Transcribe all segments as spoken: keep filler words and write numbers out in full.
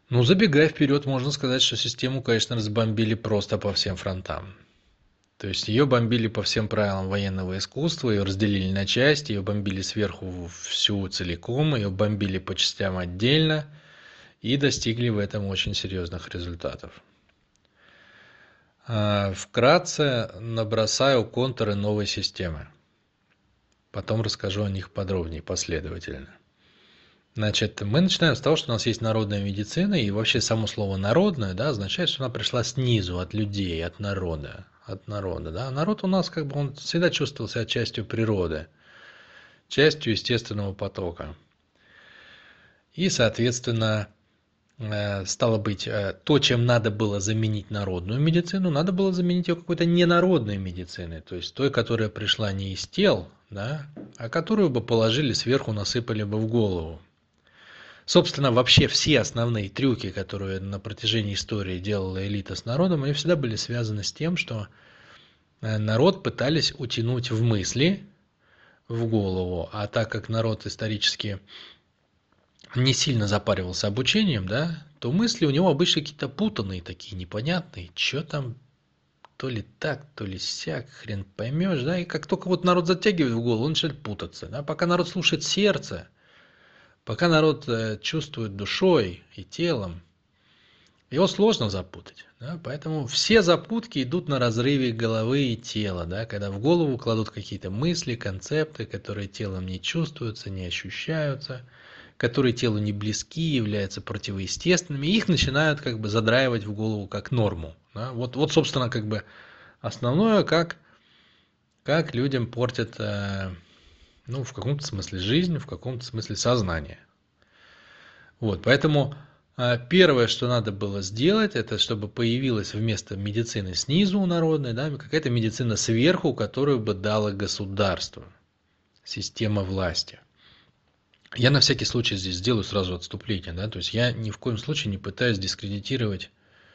Ну, забегая вперед, можно сказать, что систему, конечно, разбомбили просто по всем фронтам. То есть ее бомбили по всем правилам военного искусства, ее разделили на части, ее бомбили сверху всю целиком, ее бомбили по частям отдельно и достигли в этом очень серьезных результатов. А, Вкратце набросаю контуры новой системы. Потом расскажу о них подробнее, последовательно. Значит, мы начинаем с того, что у нас есть народная медицина, и вообще само слово «народная», да, означает, что она пришла снизу, от людей, от народа, от народа, да. Народ у нас, как бы, он всегда чувствовал себя частью природы, частью естественного потока. И, соответственно, э, стало быть, э, то, чем надо было заменить народную медицину, надо было заменить ее какой-то ненародной медициной, то есть той, которая пришла не из тел, да, а которую бы положили сверху, насыпали бы в голову. Собственно, вообще все основные трюки, которые на протяжении истории делала элита с народом, они всегда были связаны с тем, что э, народ пытались утянуть в мысли, в голову, а так как народ исторически не сильно запаривался обучением, да, то мысли у него обычно какие-то путанные такие, непонятные, что там, то ли так, то ли сяк, хрен поймешь, да, и как только вот народ затягивает в голову, он начинает путаться, да, пока народ слушает сердце, пока народ э, чувствует душой и телом, его сложно запутать, да, поэтому все запутки идут на разрыве головы и тела, да, когда в голову кладут какие-то мысли, концепты, которые телом не чувствуются, не ощущаются, которые телу не близки, являются противоестественными, и их начинают как бы задраивать в голову как норму. Да. Вот, вот, собственно, как бы основное, как, как людям портят, э, ну, в каком-то смысле жизнь, в каком-то смысле сознание. Вот, поэтому а, первое, что надо было сделать, это чтобы появилась вместо медицины снизу народной, да, какая-то медицина сверху, которую бы дало государство, система власти. Я на всякий случай здесь сделаю сразу отступление, да, то есть я ни в коем случае не пытаюсь дискредитировать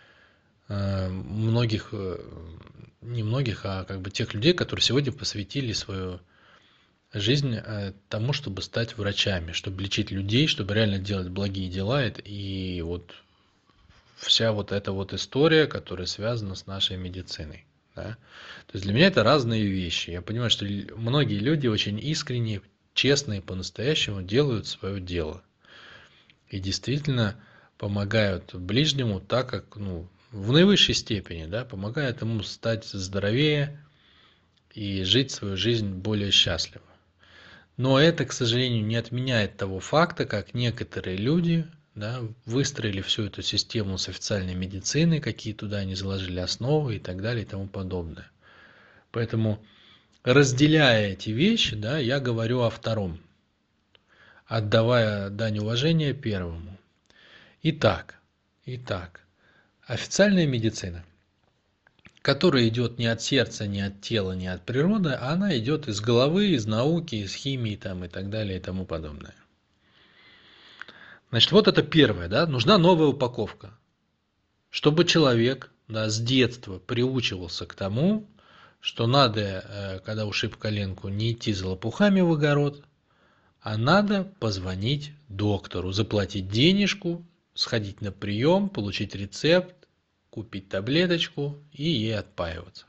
э, многих, э, не многих, а как бы тех людей, которые сегодня посвятили свою жизнь э, тому, чтобы стать врачами, чтобы лечить людей, чтобы реально делать благие дела, и вот вся вот эта вот история, которая связана с нашей медициной. Да? То есть для меня это разные вещи. Я понимаю, что многие люди очень искренне, честно и по-настоящему делают свое дело. И действительно помогают ближнему так, как, ну, в наивысшей степени, да, помогают ему стать здоровее и жить свою жизнь более счастливо. Но это, к сожалению, не отменяет того факта, как некоторые люди, да, выстроили всю эту систему с официальной медициной, какие туда они заложили основы и так далее и тому подобное. Поэтому, разделяя эти вещи, да, я говорю о втором, отдавая дань уважения первому. Итак, итак, официальная медицина, которая идет не от сердца, не от тела, не от природы, а она идет из головы, из науки, из химии там, и так далее и тому подобное. Значит, вот это первое, да, нужна новая упаковка, чтобы человек, да, с детства приучивался к тому, что надо, э, когда ушиб коленку, не идти за лопухами в огород, а надо позвонить доктору, заплатить денежку, сходить на прием, получить рецепт, купить таблеточку и ей отпаиваться.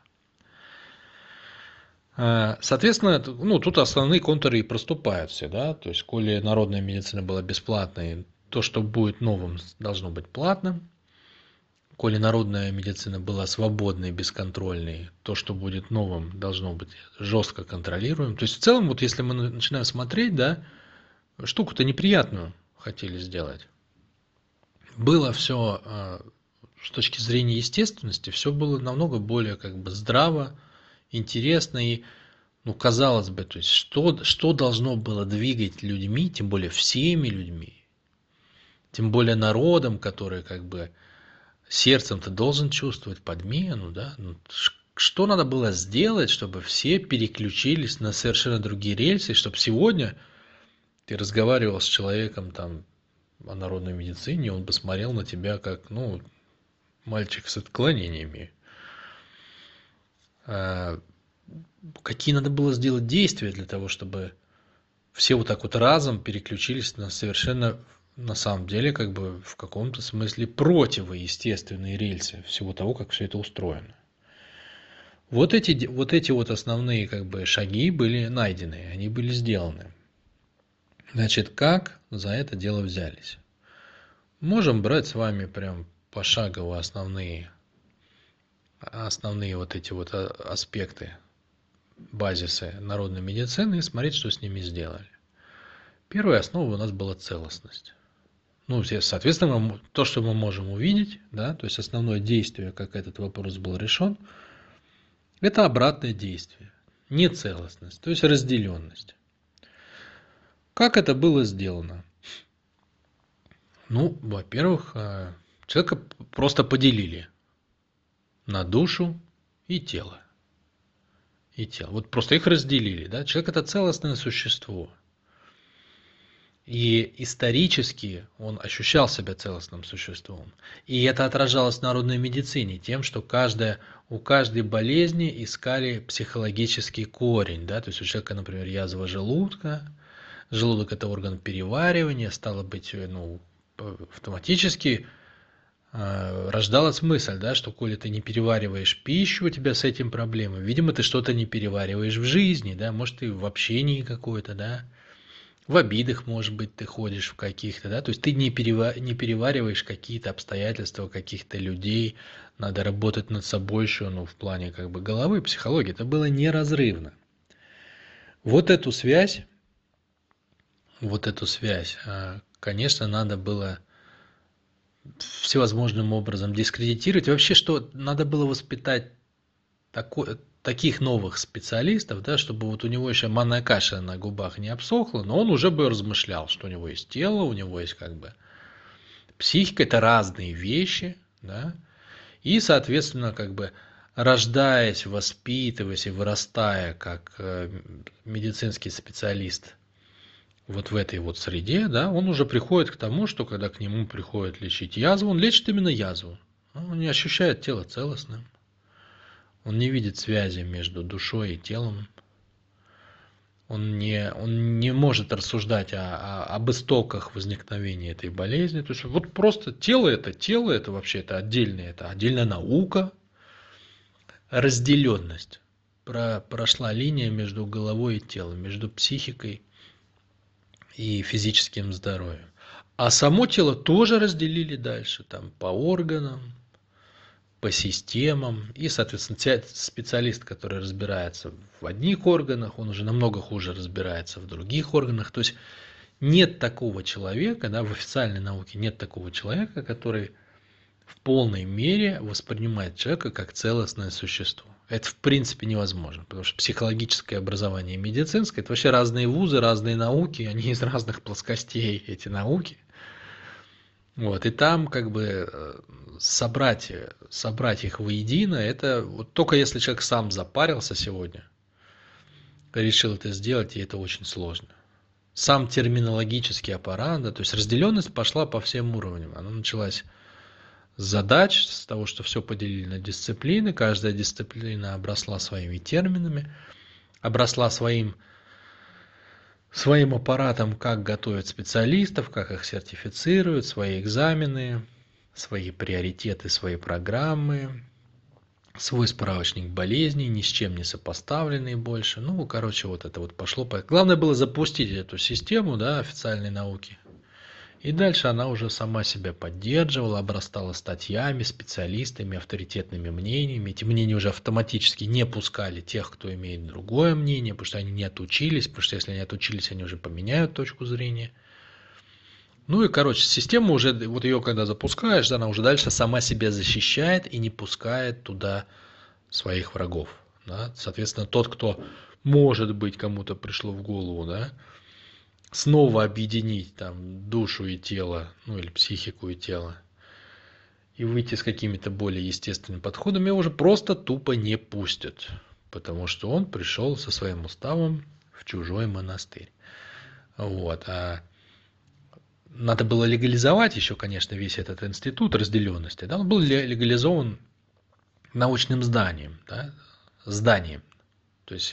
Э, Соответственно, ну, тут основные контуры и проступают все, да, то есть, коли народная медицина была бесплатной, то, что будет новым, должно быть платным. Коли народная медицина была свободной, бесконтрольной, то, что будет новым, должно быть жестко контролируемым. То есть, в целом, вот если мы начинаем смотреть, да, штуку-то неприятную хотели сделать. Было все э, с точки зрения естественности, все было намного более как бы здраво, интересно и, ну, казалось бы, то есть, что, что должно было двигать людьми, тем более всеми людьми, тем более народом, который как бы сердцем ты должен чувствовать подмену, да? Ну, что надо было сделать, чтобы все переключились на совершенно другие рельсы, чтобы сегодня ты разговаривал с человеком там о народной медицине, он бы смотрел на тебя как, ну, мальчик с отклонениями. А какие надо было сделать действия для того, чтобы все вот так вот разом переключились на совершенно на самом деле как бы в каком-то смысле противоестественные рельсы всего того, как все это устроено. Вот эти, вот эти вот основные как бы шаги были найдены, они были сделаны. Значит, как за это дело взялись? Можем брать с вами прям пошагово основные, основные вот эти вот аспекты, базисы народной медицины и смотреть, что с ними сделали. Первая основа у нас была целостность. Ну, соответственно, мы, то, что мы можем увидеть, да, то есть основное действие, как этот вопрос был решен, это обратное действие, нецелостность, то есть разделенность. Как это было сделано? Ну, во-первых, человека просто поделили на душу и тело. И тело. Вот просто их разделили, да? Человек – это целостное существо. И исторически он ощущал себя целостным существом. И это отражалось в народной медицине тем, что каждая, у каждой болезни искали психологический корень. Да? То есть у человека, например, язва желудка, желудок – это орган переваривания, стало быть, ну, автоматически э, рождалась мысль, да, что коли ты не перевариваешь пищу, у тебя с этим проблемы. Видимо, ты что-то не перевариваешь в жизни, да, может, ты в общении какое-то, да, в обидах, может быть, ты ходишь в каких-то, да, то есть ты не, перева... не перевариваешь какие-то обстоятельства, каких-то людей, надо работать над собой еще, ну, в плане как бы головы, психологии, это было неразрывно. Вот эту связь, вот эту связь, конечно, надо было всевозможным образом дискредитировать. И вообще, что надо было воспитать такой, таких новых специалистов, да, чтобы вот у него еще манная каша на губах не обсохла, но он уже бы размышлял, что у него есть тело, у него есть как бы психика, это разные вещи, да, и, соответственно, как бы рождаясь, воспитываясь и вырастая как медицинский специалист вот в этой вот среде, да, он уже приходит к тому, что когда к нему приходит лечить язву, он лечит именно язву. Он не ощущает тело целостным. Он не видит связи между душой и телом. Он не, он не может рассуждать о, о, об истоках возникновения этой болезни. То есть вот просто тело это тело, это вообще это отдельная, это отдельная наука. Разделенность. Про, прошла линия между головой и телом, между психикой и физическим здоровьем. А само тело тоже разделили дальше, там, по органам, по системам. И, соответственно, специалист, который разбирается в одних органах, он уже намного хуже разбирается в других органах. То есть нет такого человека, да, в официальной науке нет такого человека, который в полной мере воспринимает человека как целостное существо. Это в принципе невозможно, потому что психологическое образование и медицинское – это вообще разные вузы, разные науки, они из разных плоскостей, эти науки. Вот, и там как бы собрать, собрать их воедино, это вот только если человек сам запарился сегодня, решил это сделать, и это очень сложно. Сам терминологический аппарат, да, то есть разделенность пошла по всем уровням, она началась задач, с того, что все поделили на дисциплины, каждая дисциплина обросла своими терминами, обросла своим, своим аппаратом, как готовят специалистов, как их сертифицируют, свои экзамены, свои приоритеты, свои программы, свой справочник болезней, ни с чем не сопоставленный больше. Ну, короче, вот это вот пошло. Главное было запустить эту систему, да, официальной науки. И дальше она уже сама себя поддерживала, обрастала статьями, специалистами, авторитетными мнениями. Эти мнения уже автоматически не пускали тех, кто имеет другое мнение, потому что они не отучились, потому что если они отучились, они уже поменяют точку зрения. Ну и, короче, система уже, вот ее когда запускаешь, она уже дальше сама себя защищает и не пускает туда своих врагов. Да? Соответственно, тот, кто, может быть, кому-то пришло в голову, да, снова объединить там душу и тело, ну или психику и тело, и выйти с какими-то более естественными подходами, его уже просто тупо не пустят, потому что он пришел со своим уставом в чужой монастырь. Вот. А надо было легализовать еще, конечно, весь этот институт разделенности. Да? Он был легализован научным зданием, да? зданием, то есть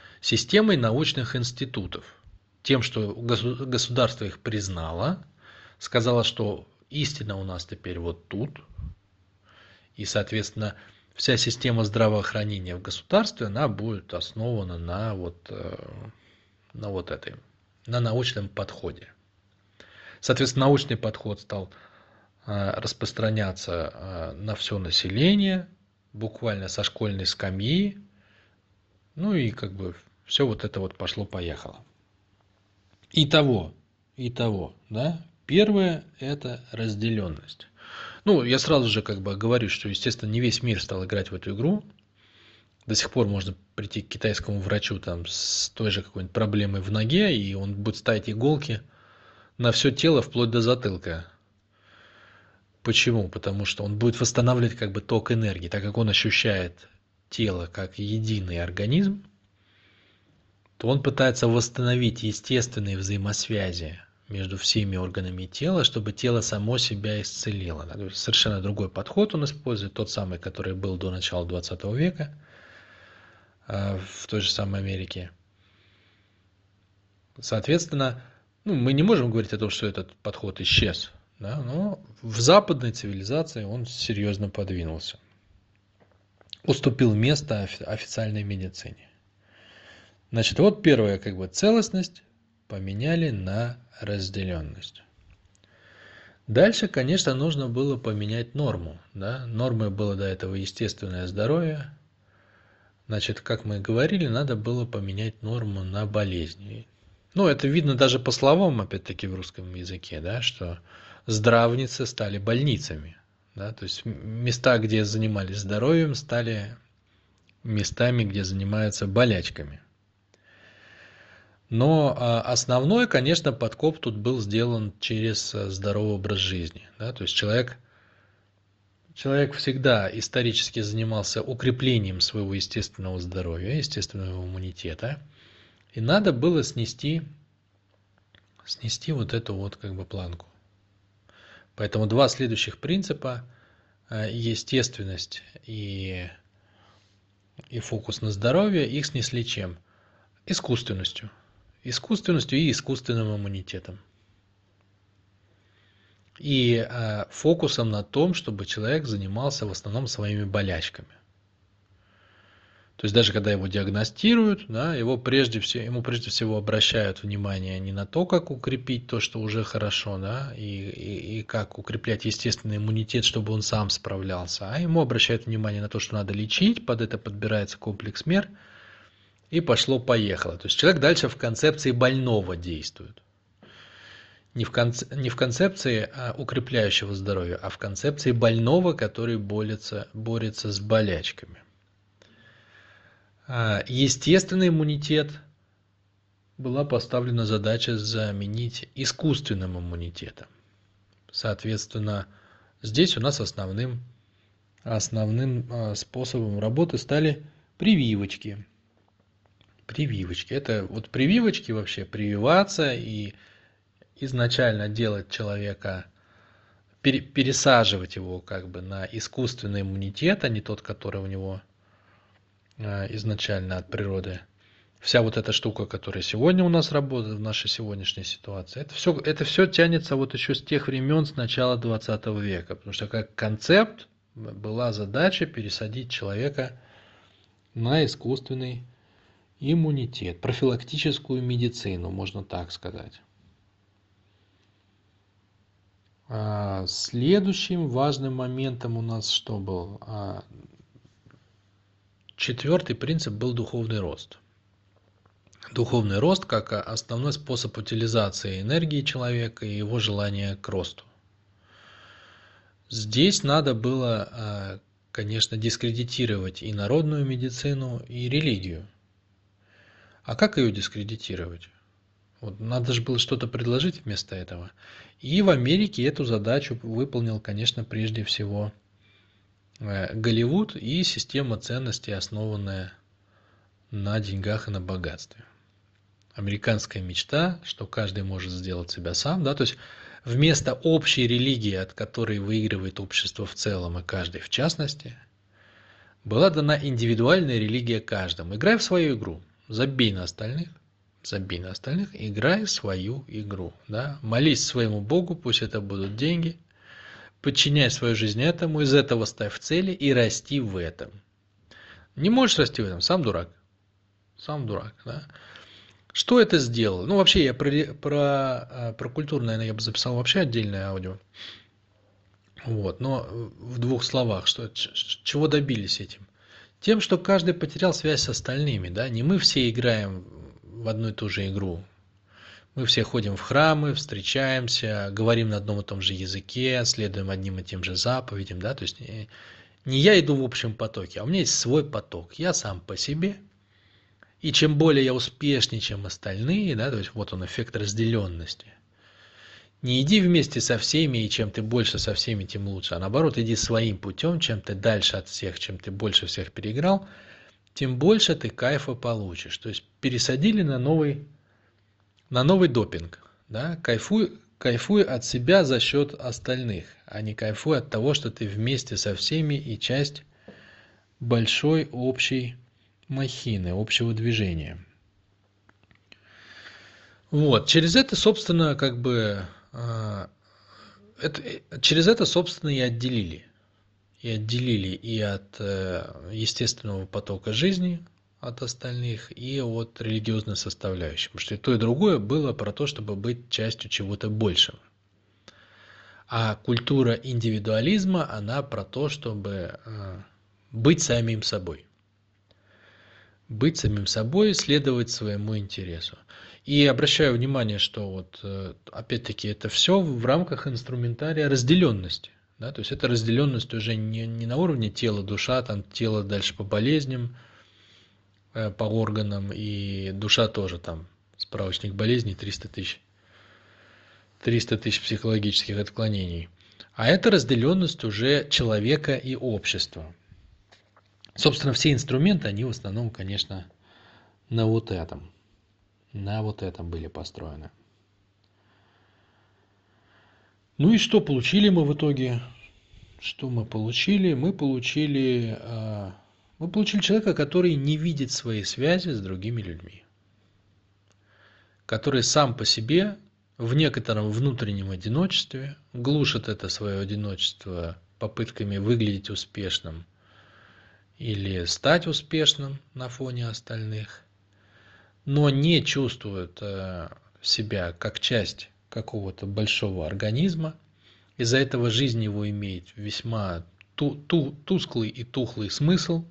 системой научных институтов. Тем, что государство их признало, сказала, что истина у нас теперь вот тут, и, соответственно, вся система здравоохранения в государстве, она будет основана на вот, на вот этой, на научном подходе. Соответственно, научный подход стал распространяться на все население, буквально со школьной скамьи, ну и как бы все вот это вот пошло-поехало. Итого, итого, да, первое – это разделенность. Ну, я сразу же как бы говорю, что, естественно, не весь мир стал играть в эту игру. До сих пор можно прийти к китайскому врачу там с той же какой-нибудь проблемой в ноге, и он будет ставить иголки на все тело вплоть до затылка. Почему? Потому что он будет восстанавливать как бы ток энергии, так как он ощущает тело как единый организм, то он пытается восстановить естественные взаимосвязи между всеми органами тела, чтобы тело само себя исцелило. Совершенно другой подход он использует, тот самый, который был до начала двадцатого века в той же самой Америке. Соответственно, ну, мы не можем говорить о том, что этот подход исчез, да, но в западной цивилизации он серьезно подвинулся, уступил место официальной медицине. Значит, вот первая как бы целостность поменяли на разделенность. Дальше, конечно, нужно было поменять норму. Да? Нормой было до этого естественное здоровье. Значит, как мы и говорили, надо было поменять норму на болезни. Ну, это видно даже по словам, опять-таки, в русском языке, да, что здравницы стали больницами. Да? То есть места, где занимались здоровьем, стали местами, где занимаются болячками. Но основной, конечно, подкоп тут был сделан через здоровый образ жизни. Да? То есть человек, человек всегда исторически занимался укреплением своего естественного здоровья, естественного иммунитета. И надо было снести, снести вот эту вот как бы планку. Поэтому два следующих принципа – естественность и, и фокус на здоровье – их снесли чем? Искусственностью. Искусственностью и искусственным иммунитетом. И э, фокусом на том, чтобы человек занимался в основном своими болячками. То есть даже когда его диагностируют, да, его прежде всего, ему прежде всего обращают внимание не на то, как укрепить то, что уже хорошо, да, и, и, и как укреплять естественный иммунитет, чтобы он сам справлялся, а ему обращают внимание на то, что надо лечить, под это подбирается комплекс мер, и пошло-поехало. То есть человек дальше в концепции больного действует. Не в, конце, не в концепции а, укрепляющего здоровья, а в концепции больного, который борется, борется с болячками. А, естественный иммунитет была поставлена задача заменить искусственным иммунитетом. Соответственно, здесь у нас основным, основным а, способом работы стали прививочки. Прививочки. Это вот прививочки вообще, прививаться и изначально делать человека, пересаживать его как бы на искусственный иммунитет, а не тот, который у него изначально от природы. Вся вот эта штука, которая сегодня у нас работает в нашей сегодняшней ситуации, это все, это все тянется вот еще с тех времен, с начала двадцатого века. Потому что как концепт была задача пересадить человека на искусственный иммунитет, профилактическую медицину, можно так сказать. Следующим важным моментом у нас что был? Четвертый принцип был духовный рост. Духовный рост как основной способ утилизации энергии человека и его желания к росту. Здесь надо было, конечно, дискредитировать и народную медицину, и религию. А как ее дискредитировать? Вот, надо же было что-то предложить вместо этого. И в Америке эту задачу выполнил, конечно, прежде всего Голливуд и система ценностей, основанная на деньгах и на богатстве. Американская мечта, что каждый может сделать себя сам, да, то есть вместо общей религии, от которой выигрывает общество в целом и каждый в частности, была дана индивидуальная религия каждому. Играй в свою игру, забей на остальных, Забей на остальных, играй свою игру. Да? Молись своему Богу, пусть это будут деньги. Подчиняй свою жизнь этому, из этого ставь цели и расти в этом. Не можешь расти в этом, сам дурак. Сам дурак, да? Что это сделало? Ну, вообще, я про, про, про культуру, наверное, я бы записал вообще отдельное аудио. Вот, но в двух словах, что, чего добились этим? Тем, что каждый потерял связь с остальными, да? Не мы все играем в одну и ту же игру. Мы все ходим в храмы, встречаемся, говорим на одном и том же языке, следуем одним и тем же заповедям, да? То есть не я иду в общем потоке, а у меня есть свой поток. Я сам по себе. И чем более я успешнее, чем остальные, да, то есть вот он эффект разделенности. Не иди вместе со всеми, и чем ты больше со всеми, тем лучше. А наоборот, иди своим путем, чем ты дальше от всех, чем ты больше всех переиграл, тем больше ты кайфа получишь. То есть пересадили на новый, на новый допинг. Да? Кайфуй, кайфуй от себя за счет остальных, а не кайфуй от того, что ты вместе со всеми и часть большой общей махины, общего движения. Вот, через это, собственно, как бы, э, это, через это, собственно, и отделили. И отделили и от э, естественного потока жизни, от остальных, и от религиозной составляющей. Потому что и то, и другое было про то, чтобы быть частью чего-то большего. А культура индивидуализма, она про то, чтобы э, быть самим собой. Быть самим собой, следовать своему интересу. И обращаю внимание, что вот опять-таки это все в рамках инструментария разделенности. Да? То есть это разделенность уже не, не на уровне тела, душа, там тело дальше по болезням, по органам, и душа тоже там справочник болезней триста тысяч. триста тысяч психологических отклонений. А это разделенность уже человека и общества. Собственно, все инструменты, они в основном, конечно, на вот этом. На вот этом были построены. Ну и что получили мы в итоге? Что мы получили? Мы получили, мы получили человека, который не видит своей связи с другими людьми. Который сам по себе в некотором внутреннем одиночестве глушит это свое одиночество попытками выглядеть успешным или стать успешным на фоне остальных, но не чувствует себя как часть какого-то большого организма. Из-за этого жизнь его имеет весьма ту- ту- тусклый и тухлый смысл.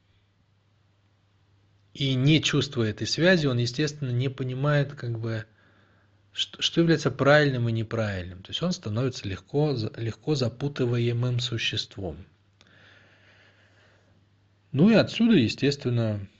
И не чувствуя этой связи, он, естественно, не понимает, как бы, что, что является правильным и неправильным. То есть он становится легко, легко запутываемым существом. Ну и отсюда, естественно,